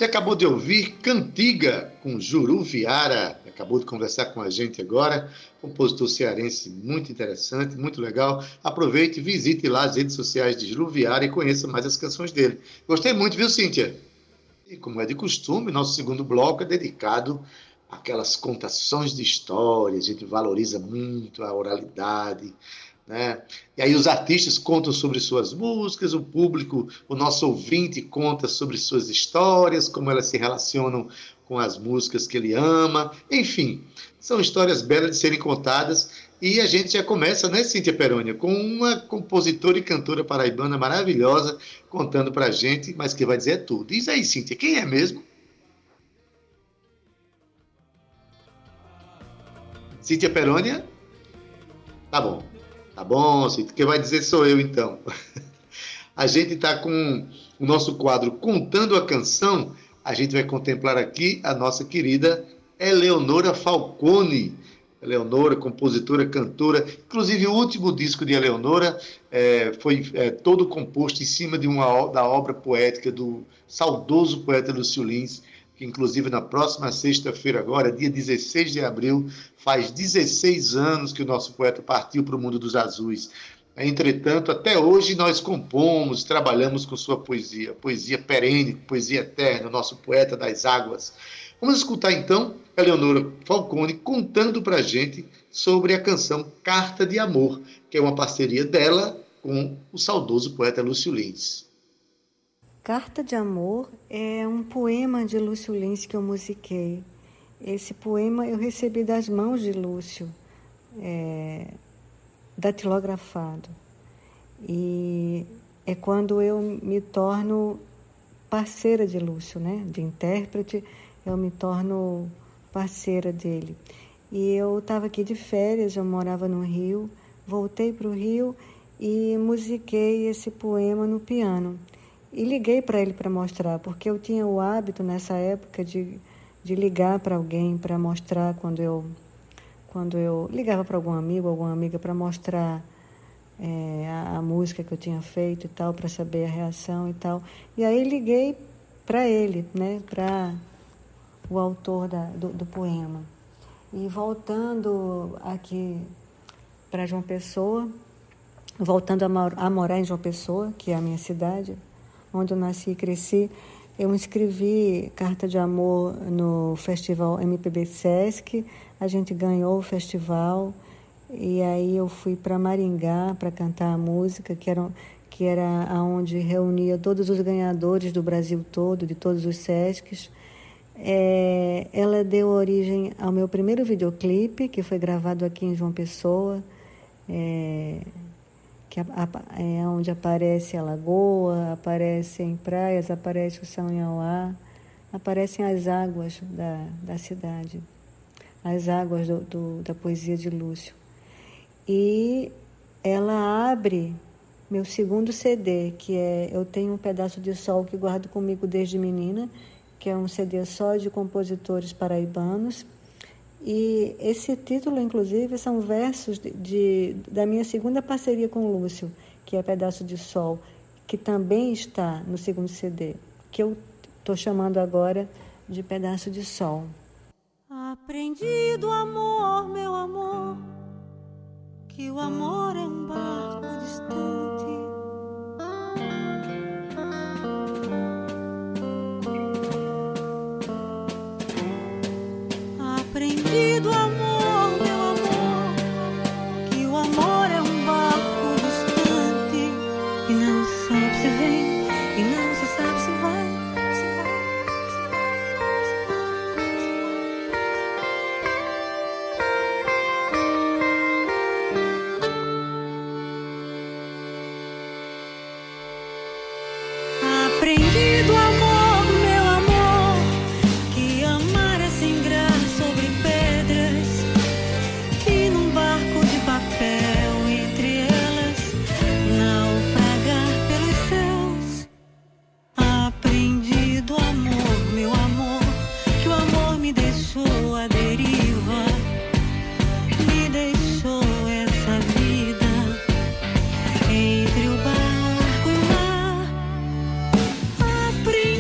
Você acabou de ouvir Cantiga, com Juru Viara. Acabou de conversar com a gente agora. Compositor cearense muito interessante, muito legal. Aproveite e visite lá as redes sociais de Juru Viara e conheça mais as canções dele. Gostei muito, viu, Cíntia? E como é de costume, nosso segundo bloco é dedicado àquelas contações de histórias. A gente valoriza muito a oralidade, né? E aí os artistas contam sobre suas músicas, o público, o nosso ouvinte conta sobre suas histórias, como elas se relacionam com as músicas que ele ama. Enfim, são histórias belas de serem contadas. E a gente já começa, né, Cíntia Perônia, com uma compositora e cantora paraibana maravilhosa contando pra gente, mas que vai dizer tudo. Diz aí, Cíntia, quem é mesmo? Cíntia Perônia? Tá bom. Tá bom, Cíntia, quem vai dizer sou eu, então. A gente está com o nosso quadro Contando a Canção. A gente vai contemplar aqui a nossa querida Eleonora Falcone. Eleonora, compositora, cantora. Inclusive, o último disco de Eleonora é, foi é, todo composto em cima de uma, da obra poética do saudoso poeta Lúcio Lins, que inclusive na próxima sexta-feira agora, dia dezesseis de abril, faz dezesseis anos que o nosso poeta partiu para o mundo dos azuis. Entretanto, até hoje nós compomos, trabalhamos com sua poesia, poesia perene, poesia eterna, nosso poeta das águas. Vamos escutar então Eleonora Falcone contando para a gente sobre a canção Carta de Amor, que é uma parceria dela com o saudoso poeta Lúcio Lins. Carta de Amor é um poema de Lúcio Lins que eu musiquei. Esse poema eu recebi das mãos de Lúcio, é, datilografado. E é quando eu me torno parceira de Lúcio, né? De intérprete, eu me torno parceira dele. E eu estava aqui de férias, eu morava no Rio, voltei para o Rio e musiquei esse poema no piano. E liguei para ele para mostrar, porque eu tinha o hábito nessa época de, de ligar para alguém para mostrar quando eu, quando eu ligava para algum amigo, alguma amiga para mostrar é, a, a música que eu tinha feito e tal, para saber a reação e tal. E aí liguei para ele, né, para o autor da, do, do poema. E voltando aqui para João Pessoa, voltando a, a morar em João Pessoa, que é a minha cidade, onde eu nasci e cresci, eu inscrevi Carta de Amor no festival M P B Sesc, a gente ganhou o festival, e aí eu fui para Maringá para cantar a música, que era, que era onde reunia todos os ganhadores do Brasil todo, de todos os Sescs. É, ela deu origem ao meu primeiro videoclipe, que foi gravado aqui em João Pessoa, é, que é onde aparece a lagoa, aparecem praias, aparece o São Iauá, aparecem as águas da, da cidade, as águas do, do, da poesia de Lúcio. E ela abre meu segundo C D, que é Eu Tenho um Pedaço de Sol que guardo comigo desde menina, que é um C D só de compositores paraibanos. E esse título, inclusive, são versos de, de, da minha segunda parceria com o Lúcio, que é Pedaço de Sol, que também está no segundo C D, que eu estou chamando agora de Pedaço de Sol. Aprendi do amor, meu amor, que o amor é um barco distante. Aprendi do amor, meu amor, que o amor é um barco distante e não se sabe se vem e não se sabe se vai, se vai, se vai. Aprendi do amor. Entre o barco e o mar, aprendi.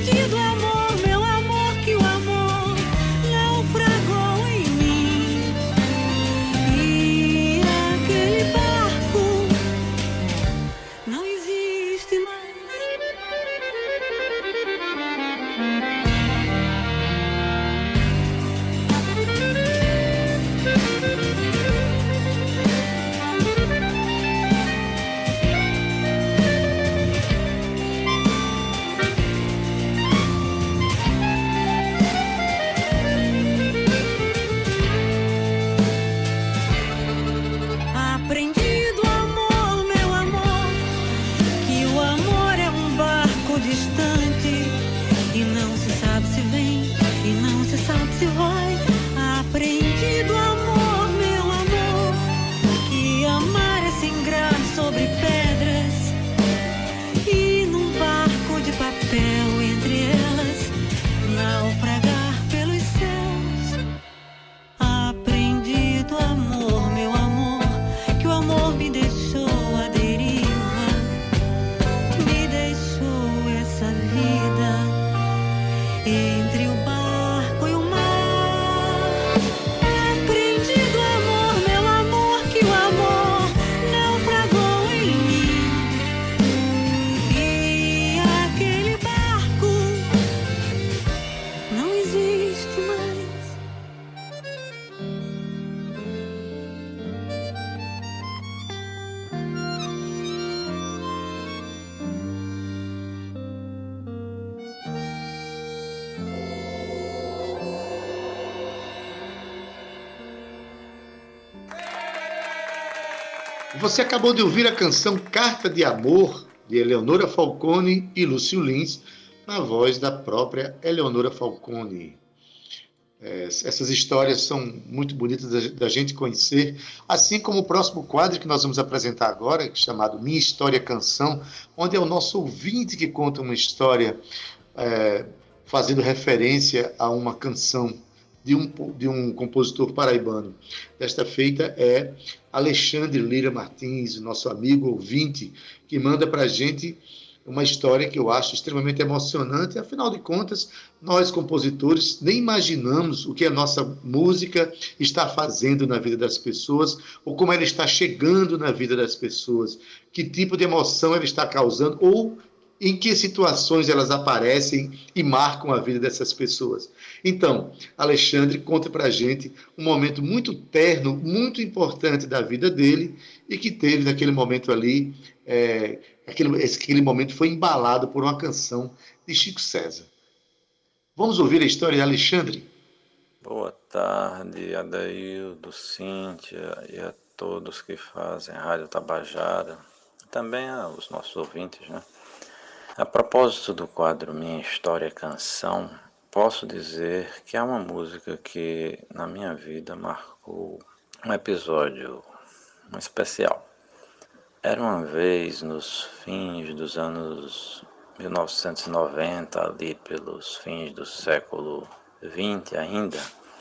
distante, e não se sabe se vem, e não se sabe se vai. Aprendi do amor, meu amor, que amar é se ingrar sobre pedras, e num barco de papel entre elas naufragar pelos céus. Aprendi do amor, meu amor, que o amor me deixou à deriva, me deixou essa vida entre o barco e o mar. Aprendi do amor, meu amor, que o amor naufragou em mim, e aquele barco não existe mais. Você acabou de ouvir a canção Carta de Amor, de Eleonora Falcone e Lúcio Lins, na voz da própria Eleonora Falcone. É, essas histórias são muito bonitas da, da gente conhecer, assim como o próximo quadro que nós vamos apresentar agora, chamado Minha História Canção, onde é o nosso ouvinte que conta uma história é, fazendo referência a uma canção de um, de um compositor paraibano. Desta feita é Alexandre Lira Martins, nosso amigo ouvinte, que manda para a gente uma história que eu acho extremamente emocionante. Afinal de contas, nós, compositores, nem imaginamos o que a nossa música está fazendo na vida das pessoas, ou como ela está chegando na vida das pessoas, que tipo de emoção ela está causando, ou em que situações elas aparecem e marcam a vida dessas pessoas. Então, Alexandre conta para a gente um momento muito terno, muito importante da vida dele, e que teve naquele momento ali, é, aquele, aquele momento foi embalado por uma canção de Chico César. Vamos ouvir a história de Alexandre? Boa tarde, Adaildo, Cíntia e a todos que fazem a Rádio Tabajara, também aos nossos ouvintes, né? A propósito do quadro Minha História Canção, posso dizer que é uma música que na minha vida marcou um episódio um especial. Era uma vez nos fins dos anos mil novecentos e noventa, ali pelos fins do século vinte ainda,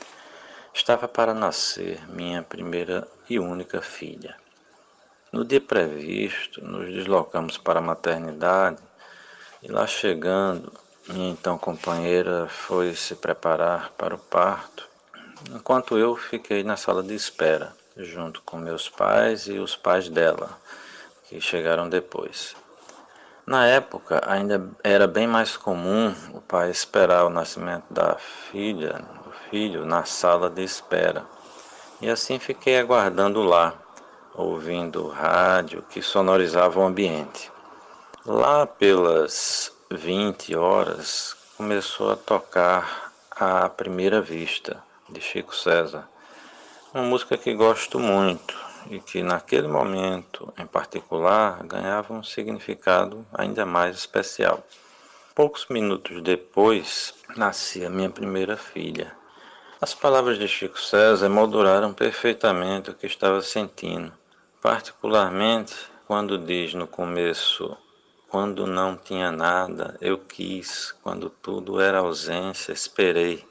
estava para nascer minha primeira e única filha. No dia previsto, nos deslocamos para a maternidade. E lá chegando, minha então companheira foi se preparar para o parto, enquanto eu fiquei na sala de espera, junto com meus pais e os pais dela, que chegaram depois. Na época, ainda era bem mais comum o pai esperar o nascimento da filha, do filho, na sala de espera. E assim fiquei aguardando lá, ouvindo o rádio que sonorizava o ambiente. Lá pelas vinte horas, começou a tocar A Primeira Vista, de Chico César. Uma música que gosto muito e que naquele momento, em particular, ganhava um significado ainda mais especial. Poucos minutos depois, nascia minha primeira filha. As palavras de Chico César molduraram perfeitamente o que estava sentindo, particularmente quando diz no começo: quando não tinha nada, eu quis, quando tudo era ausência, esperei.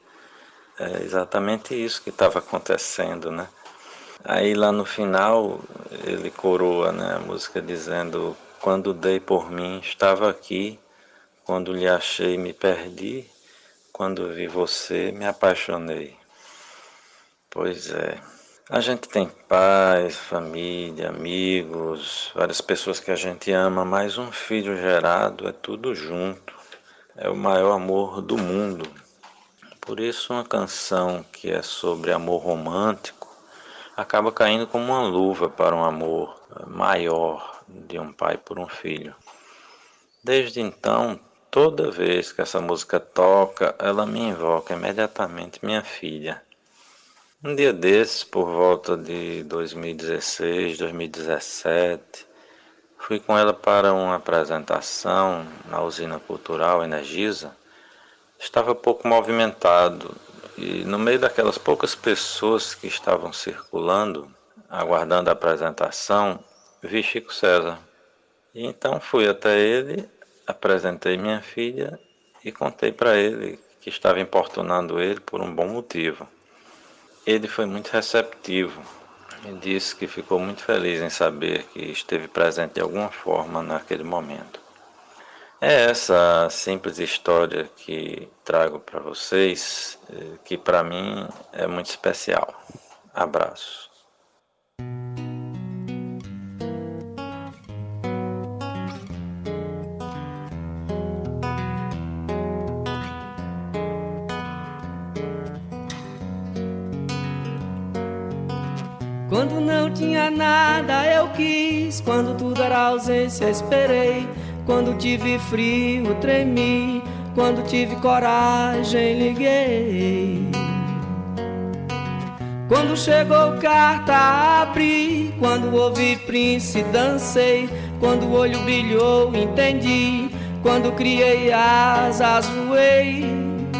É exatamente isso que estava acontecendo, né? Aí lá no final, ele coroa, né, a música dizendo: quando dei por mim, estava aqui, quando lhe achei, me perdi, quando vi você, me apaixonei. Pois é. A gente tem pais, família, amigos, várias pessoas que a gente ama, mas um filho gerado é tudo junto. É o maior amor do mundo. Por isso uma canção que é sobre amor romântico acaba caindo como uma luva para um amor maior de um pai por um filho. Desde então, toda vez que essa música toca, ela me invoca imediatamente minha filha. Um dia desses, por volta de dois mil e dezesseis, dois mil e dezessete, Fui com ela para uma apresentação na usina cultural Energisa. Estava pouco movimentado e no meio daquelas poucas pessoas que estavam circulando, aguardando a apresentação, vi Chico César. E então fui até ele, apresentei minha filha e contei para ele que estava importunando ele por um bom motivo. Ele foi muito receptivo e disse que ficou muito feliz em saber que esteve presente de alguma forma naquele momento. É essa simples história que trago para vocês, que para mim é muito especial. Abraço. Quando não tinha nada eu quis, quando tudo era ausência esperei, quando tive frio tremi, quando tive coragem liguei. Quando chegou carta abri, quando ouvi Prince dancei, quando o olho brilhou entendi, quando criei asas voei.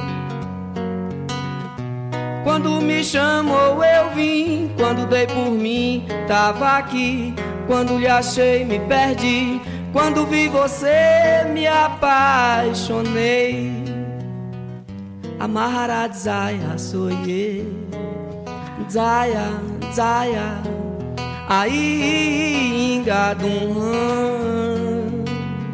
Quando me chamou eu vim, quando dei por mim tava aqui, quando lhe achei me perdi, quando vi você me apaixonei. Amarra Zaya soye, Zaya, Zaya, aí engadum.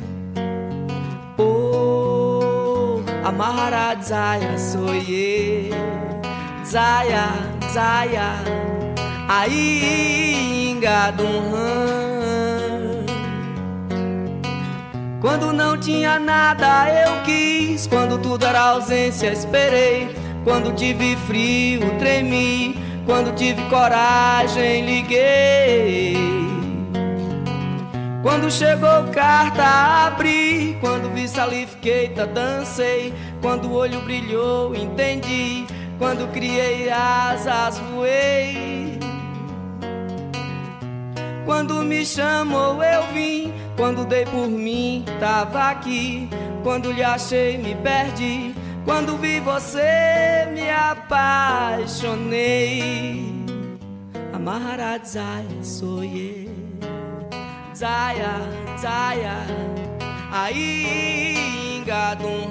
Oh, amarra Zaya soye, Zaya, Zaya, aí engadum. Quando não tinha nada eu quis, quando tudo era ausência esperei, quando tive frio tremi, quando tive coragem liguei. Quando chegou carta abri, quando vi salifiqueita dancei, quando o olho brilhou entendi, quando criei asas voei. Quando me chamou eu vim, quando dei por mim tava aqui, quando lhe achei me perdi, quando vi você me apaixonei. Amarra Zaya soye, Zaya, Zaya, aí engadum.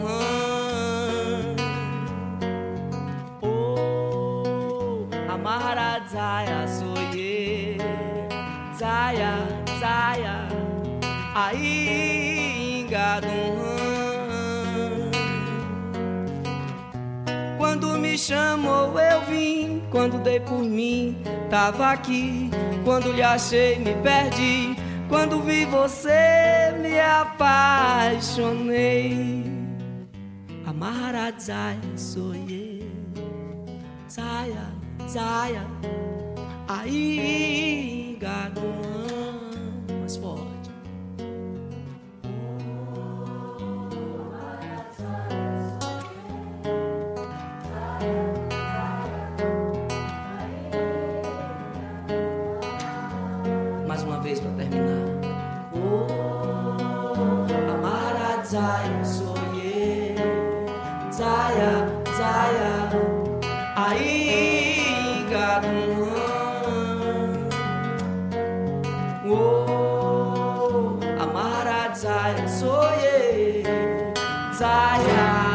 Amarra Zaya soye, Zaya, Zaya, aí engadum. Quando me chamou eu vim, quando dei por mim tava aqui, quando lhe achei me perdi, quando vi você me apaixonei. Amarra Zaya soye, Zaya, Zaya, aí engadum. Mais forte. Mais uma vez pra terminar. Oh, amarra Zaya soye, Zaya, Zaya, aí engadum. Oh, amarra Zaya soye, Zaya.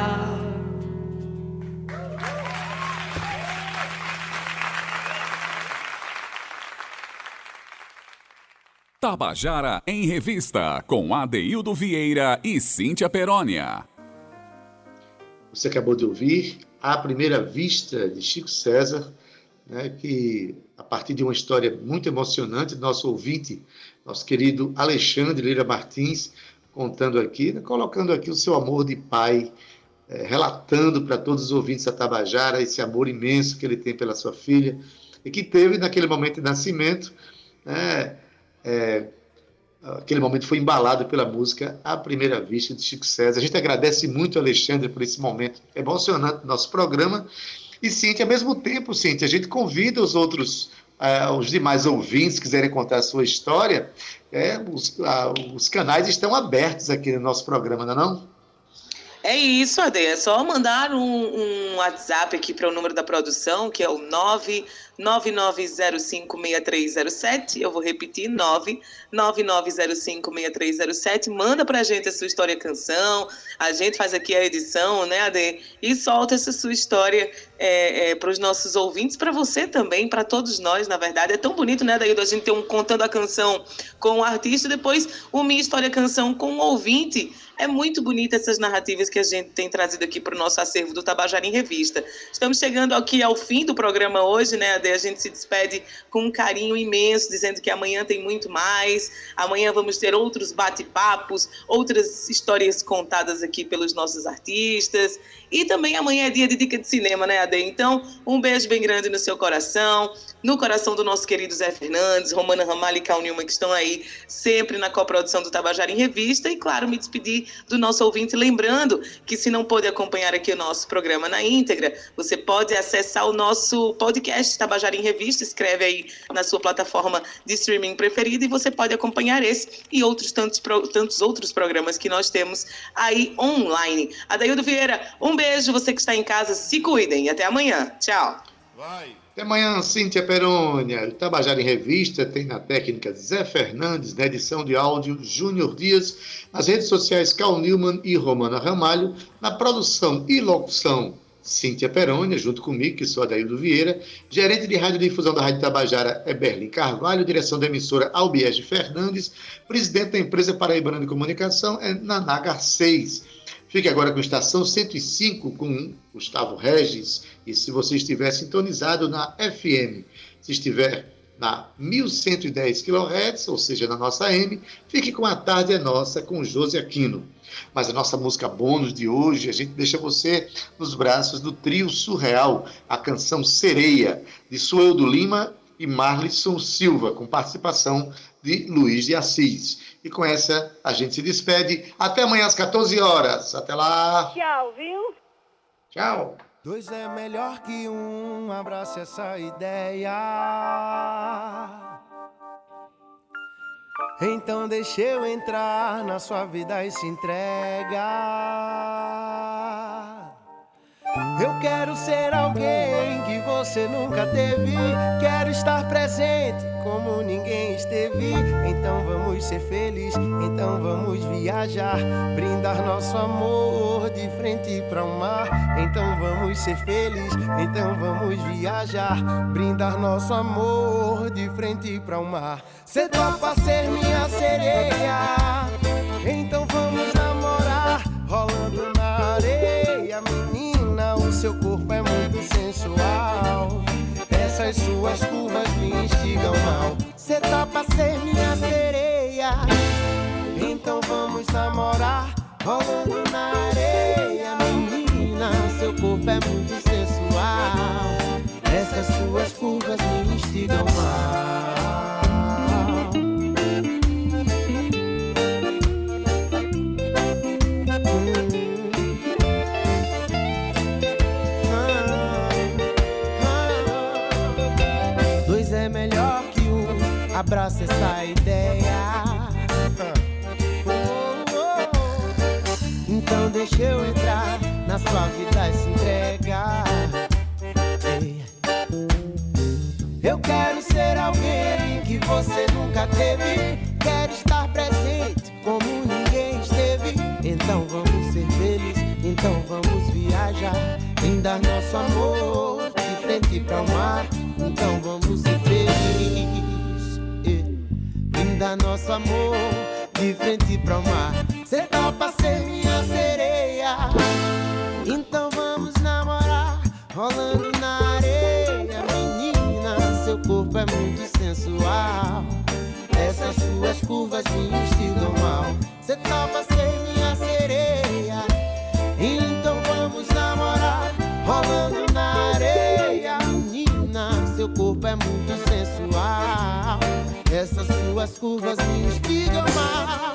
Tabajara em Revista, com Adeildo Vieira e Cíntia Perônia. Você acabou de ouvir A Primeira Vista, de Chico César, né, que, a partir de uma história muito emocionante do nosso ouvinte, nosso querido Alexandre Lira Martins, contando aqui, né, colocando aqui o seu amor de pai, é, relatando para todos os ouvintes da Tabajara esse amor imenso que ele tem pela sua filha, e que teve naquele momento de nascimento, né, É, aquele momento foi embalado pela música A Primeira Vista, de Chico César. A gente agradece muito, Alexandre, por esse momento emocionante do nosso programa. E, Cíntia, ao mesmo tempo, Cíntia, a gente convida os outros é, os demais ouvintes quiserem contar a sua história, é, os, a, os canais estão abertos aqui no nosso programa, não é não? É isso, Ade. É só mandar um, um WhatsApp aqui para o número da produção, que é o nove nove nove zero cinco seis três zero sete. Eu vou repetir, nove nove nove zero cinco seis três zero sete. Manda para a gente a sua história canção. A gente faz aqui a edição, né, Ade? E solta essa sua história é, é, para os nossos ouvintes, para você também, para todos nós, na verdade. É tão bonito, né, Adaildo, a gente ter um contando a canção com o artista, depois o Minha História Canção com o ouvinte. É muito bonita essas narrativas que a gente tem trazido aqui para o nosso acervo do Tabajara em Revista. Estamos chegando aqui ao fim do programa hoje, né, Ade? A gente se despede com um carinho imenso, dizendo que amanhã tem muito mais. Amanhã vamos ter outros bate-papos, outras histórias contadas aqui pelos nossos artistas. E também amanhã é dia de dica de cinema, né, Ade? Então, um beijo bem grande no seu coração, no coração do nosso querido Zé Fernandes, Romana Ramalho e Cal Newman, que estão aí sempre na coprodução do Tabajara em Revista. E, claro, me despedir do nosso ouvinte, lembrando que se não pôde acompanhar aqui o nosso programa na íntegra, você pode acessar o nosso podcast Tabajara em Revista, escreve aí na sua plataforma de streaming preferida e você pode acompanhar esse e outros tantos, tantos outros programas que nós temos aí online. Adaildo Vieira, um beijo, você que está em casa, se cuidem e até amanhã. Tchau. Vai. Até amanhã, Cíntia Perônia. O Tabajara em Revista tem na técnica Zé Fernandes, na edição de áudio Júnior Dias, nas redes sociais Cal Newman e Romana Ramalho, na produção e locução Cíntia Perônia, junto comigo, que sou Adaildo Vieira, gerente de radiodifusão da Rádio Tabajara é Berlim Carvalho, direção da emissora Albiege Fernandes, presidente da empresa Paraibana de Comunicação é Naná Garcês. Fique agora com a estação cento e cinco com Gustavo Regis. E se você estiver sintonizado na F M, se estiver na mil cento e dez quilohertz, ou seja, na nossa A M, fique com A Tarde é Nossa com José Aquino. Mas a nossa música bônus de hoje, a gente deixa você nos braços do trio surreal, a canção Sereia, de Sueldo Lima e Marlisson Silva, com participação de Luiz de Assis. E com essa a gente se despede. Até amanhã às quatorze horas. Até lá. Tchau, viu? Tchau. Dois é melhor que um, abraça essa ideia. Então deixa eu entrar na sua vida e se entrega. Eu quero ser alguém que você nunca teve. Quero estar presente como ninguém esteve. Então vamos ser felizes, então vamos viajar, brindar nosso amor de frente para o mar. Então vamos ser felizes, então vamos viajar, brindar nosso amor de frente para o mar. Cê topa ser minha sereia, então vamos namorar, rolando na areia, menina, o seu corpo é muito sensual. Essas suas curvas me instigam mal. Cê topa ser minha sereia, então vamos namorar, rolando na areia, menina, seu corpo é muito sensual. Essas suas curvas me instigam mal. É melhor que um, abraça essa ideia. Oh, oh, oh. Então deixa eu entrar na sua vida e se entregar. Eu quero ser alguém que você nunca teve. Quero estar presente como ninguém esteve. Então vamos ser felizes, então vamos viajar, brindar nosso amor de frente para o mar. Então vamos ser felizes, eh. brindar nosso amor de frente para o mar. Cê topa ser minha sereia, então vamos namorar, rolando na areia, menina, seu corpo é muito sensual. Essas suas curvas me instigam mal. Cê topa ser minha sereia, então vamos namorar, rolando na areia, menina, seu corpo é muito sensual. Essas suas curvas me instigam mal.